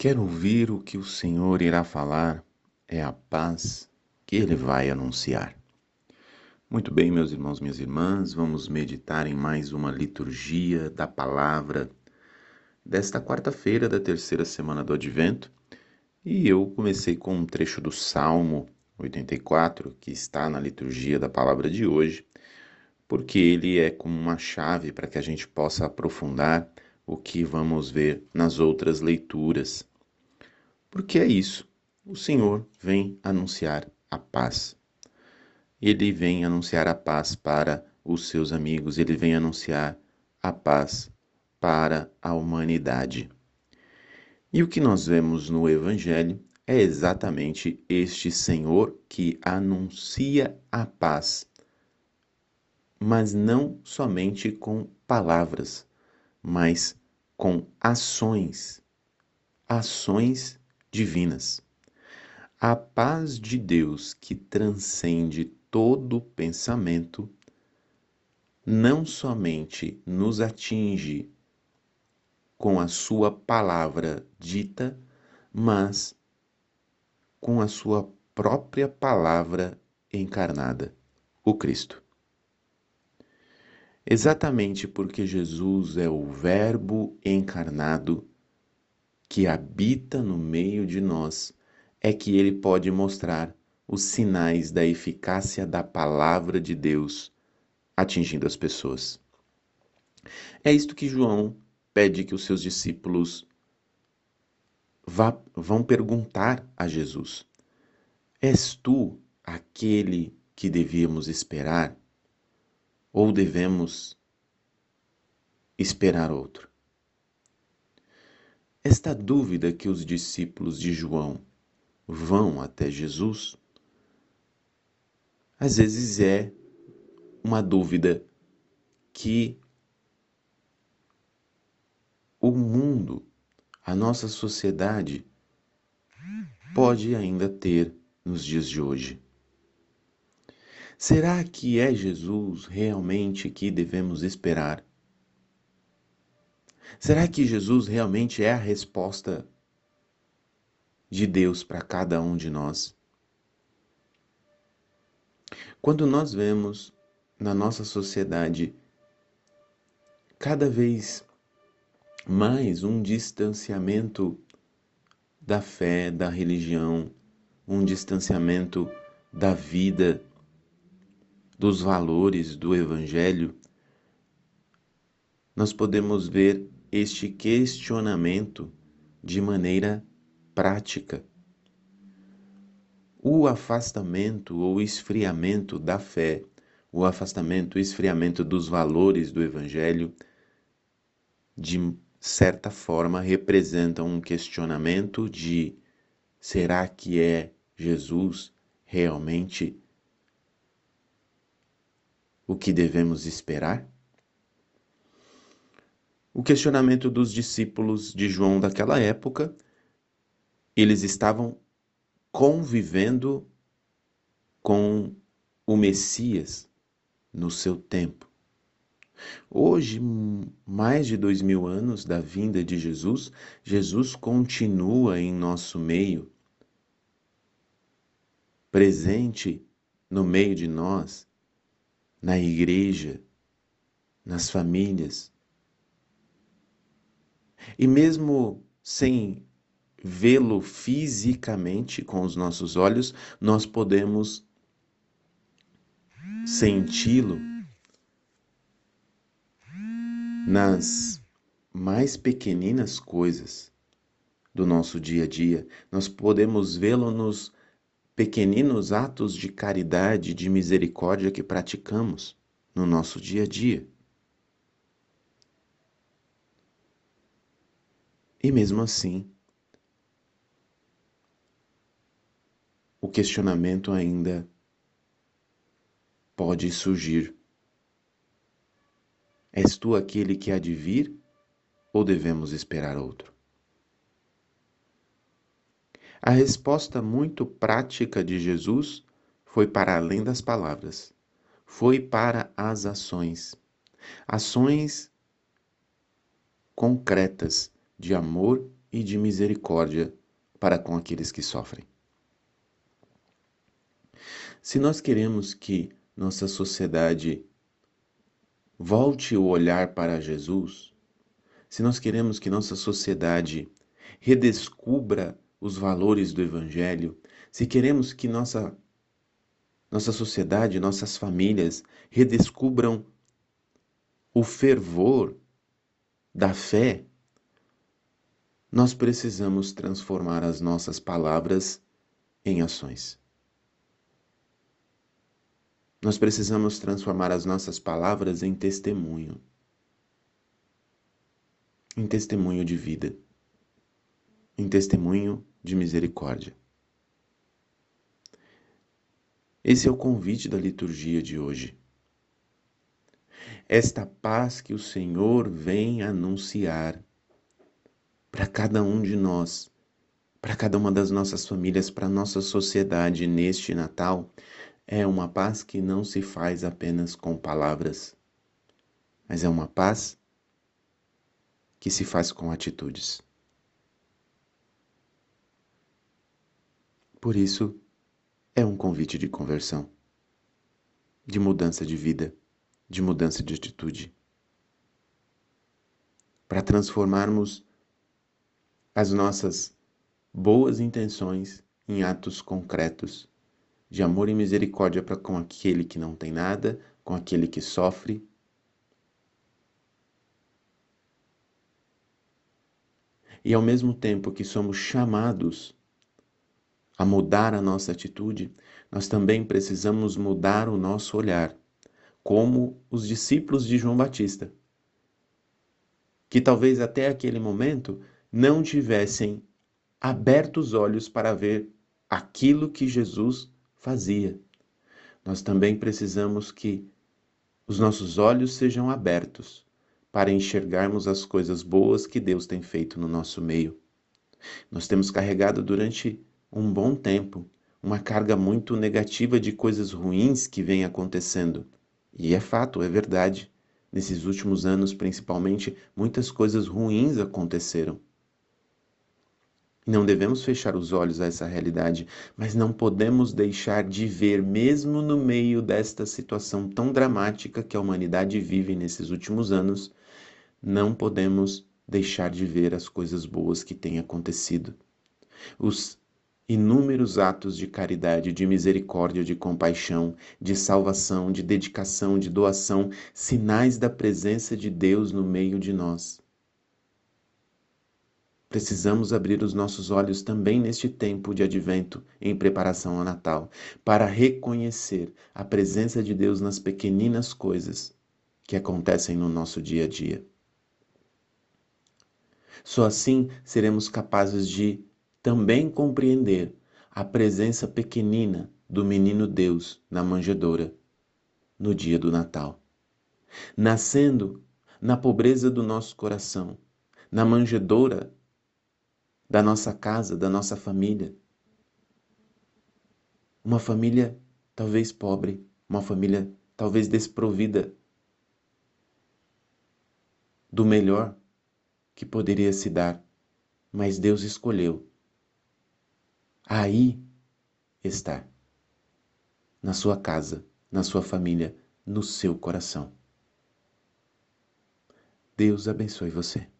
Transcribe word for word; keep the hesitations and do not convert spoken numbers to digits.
Quer ouvir o que o Senhor irá falar? É a paz que Ele vai anunciar. Muito bem, meus irmãos, minhas irmãs, vamos meditar em mais uma liturgia da palavra desta quarta-feira da terceira semana do Advento. E eu comecei com um trecho do Salmo oitenta e quatro, que está na liturgia da palavra de hoje, porque ele é como uma chave para que a gente possa aprofundar o que vamos ver nas outras leituras. Porque é isso, o Senhor vem anunciar a paz. Ele vem anunciar a paz para os seus amigos, ele vem anunciar a paz para a humanidade. E o que nós vemos no Evangelho é exatamente este Senhor que anuncia a paz, mas não somente com palavras, mas com ações, ações divinas. A paz de Deus que transcende todo pensamento não somente nos atinge com a sua palavra dita, mas com a sua própria palavra encarnada, o Cristo. Exatamente porque Jesus é o Verbo encarnado que habita no meio de nós, é que ele pode mostrar os sinais da eficácia da palavra de Deus atingindo as pessoas. É isto que João pede que os seus discípulos vá, vão perguntar a Jesus. És tu aquele que devíamos esperar? Ou devemos esperar outro? Esta dúvida que os discípulos de João vão até Jesus, às vezes é uma dúvida que o mundo, a nossa sociedade, pode ainda ter nos dias de hoje. Será que é Jesus realmente que devemos esperar? Será que Jesus realmente é a resposta de Deus para cada um de nós? Quando nós vemos na nossa sociedade cada vez mais um distanciamento da fé, da religião, um distanciamento da vida, dos valores do Evangelho, nós podemos ver este questionamento de maneira prática. O afastamento ou esfriamento da fé, o afastamento, o esfriamento dos valores do Evangelho, de certa forma, representam um questionamento de: será que é Jesus realmente o que devemos esperar? O questionamento dos discípulos de João daquela época, eles estavam convivendo com o Messias no seu tempo. Hoje, mais de dois mil anos da vinda de Jesus, Jesus continua em nosso meio, presente no meio de nós, na igreja, nas famílias. E mesmo sem vê-lo fisicamente com os nossos olhos, nós podemos senti-lo nas mais pequeninas coisas do nosso dia a dia. Nós podemos vê-lo nos pequeninos atos de caridade, de misericórdia que praticamos no nosso dia a dia. E mesmo assim, o questionamento ainda pode surgir. És tu aquele que há de vir, ou devemos esperar outro? A resposta muito prática de Jesus foi para além das palavras, foi para as ações. Ações concretas de amor e de misericórdia para com aqueles que sofrem. Se nós queremos que nossa sociedade volte o olhar para Jesus, se nós queremos que nossa sociedade redescubra os valores do Evangelho, se queremos que nossa, nossa sociedade, nossas famílias redescubram o fervor da fé, nós precisamos transformar as nossas palavras em ações. Nós precisamos transformar as nossas palavras em testemunho. Em testemunho de vida. Em testemunho de misericórdia. Esse é o convite da liturgia de hoje. Esta paz que o Senhor vem anunciar para cada um de nós, para cada uma das nossas famílias, para a nossa sociedade neste Natal, é uma paz que não se faz apenas com palavras, mas é uma paz que se faz com atitudes. Por isso, é um convite de conversão, de mudança de vida, de mudança de atitude, para transformarmos as nossas boas intenções em atos concretos, de amor e misericórdia para com aquele que não tem nada, com aquele que sofre. E ao mesmo tempo que somos chamados a mudar a nossa atitude, nós também precisamos mudar o nosso olhar, como os discípulos de João Batista, que talvez até aquele momento não tivessem aberto os olhos para ver aquilo que Jesus fazia. Nós também precisamos que os nossos olhos sejam abertos para enxergarmos as coisas boas que Deus tem feito no nosso meio. Nós temos carregado durante um bom tempo uma carga muito negativa de coisas ruins que vem acontecendo. E é fato, é verdade. Nesses últimos anos, principalmente, muitas coisas ruins aconteceram. Não devemos fechar os olhos a essa realidade, mas não podemos deixar de ver, mesmo no meio desta situação tão dramática que a humanidade vive nesses últimos anos, não podemos deixar de ver as coisas boas que têm acontecido. Os inúmeros atos de caridade, de misericórdia, de compaixão, de salvação, de dedicação, de doação, sinais da presença de Deus no meio de nós. Precisamos abrir os nossos olhos também neste tempo de advento, em preparação ao Natal, para reconhecer a presença de Deus nas pequeninas coisas que acontecem no nosso dia a dia. Só assim seremos capazes de também compreender a presença pequenina do menino Deus na manjedoura, no dia do Natal. Nascendo na pobreza do nosso coração, na manjedoura da nossa casa, da nossa família. Uma família talvez pobre, uma família talvez desprovida do melhor que poderia se dar, mas Deus escolheu aí estar, na sua casa, na sua família, no seu coração. Deus abençoe você.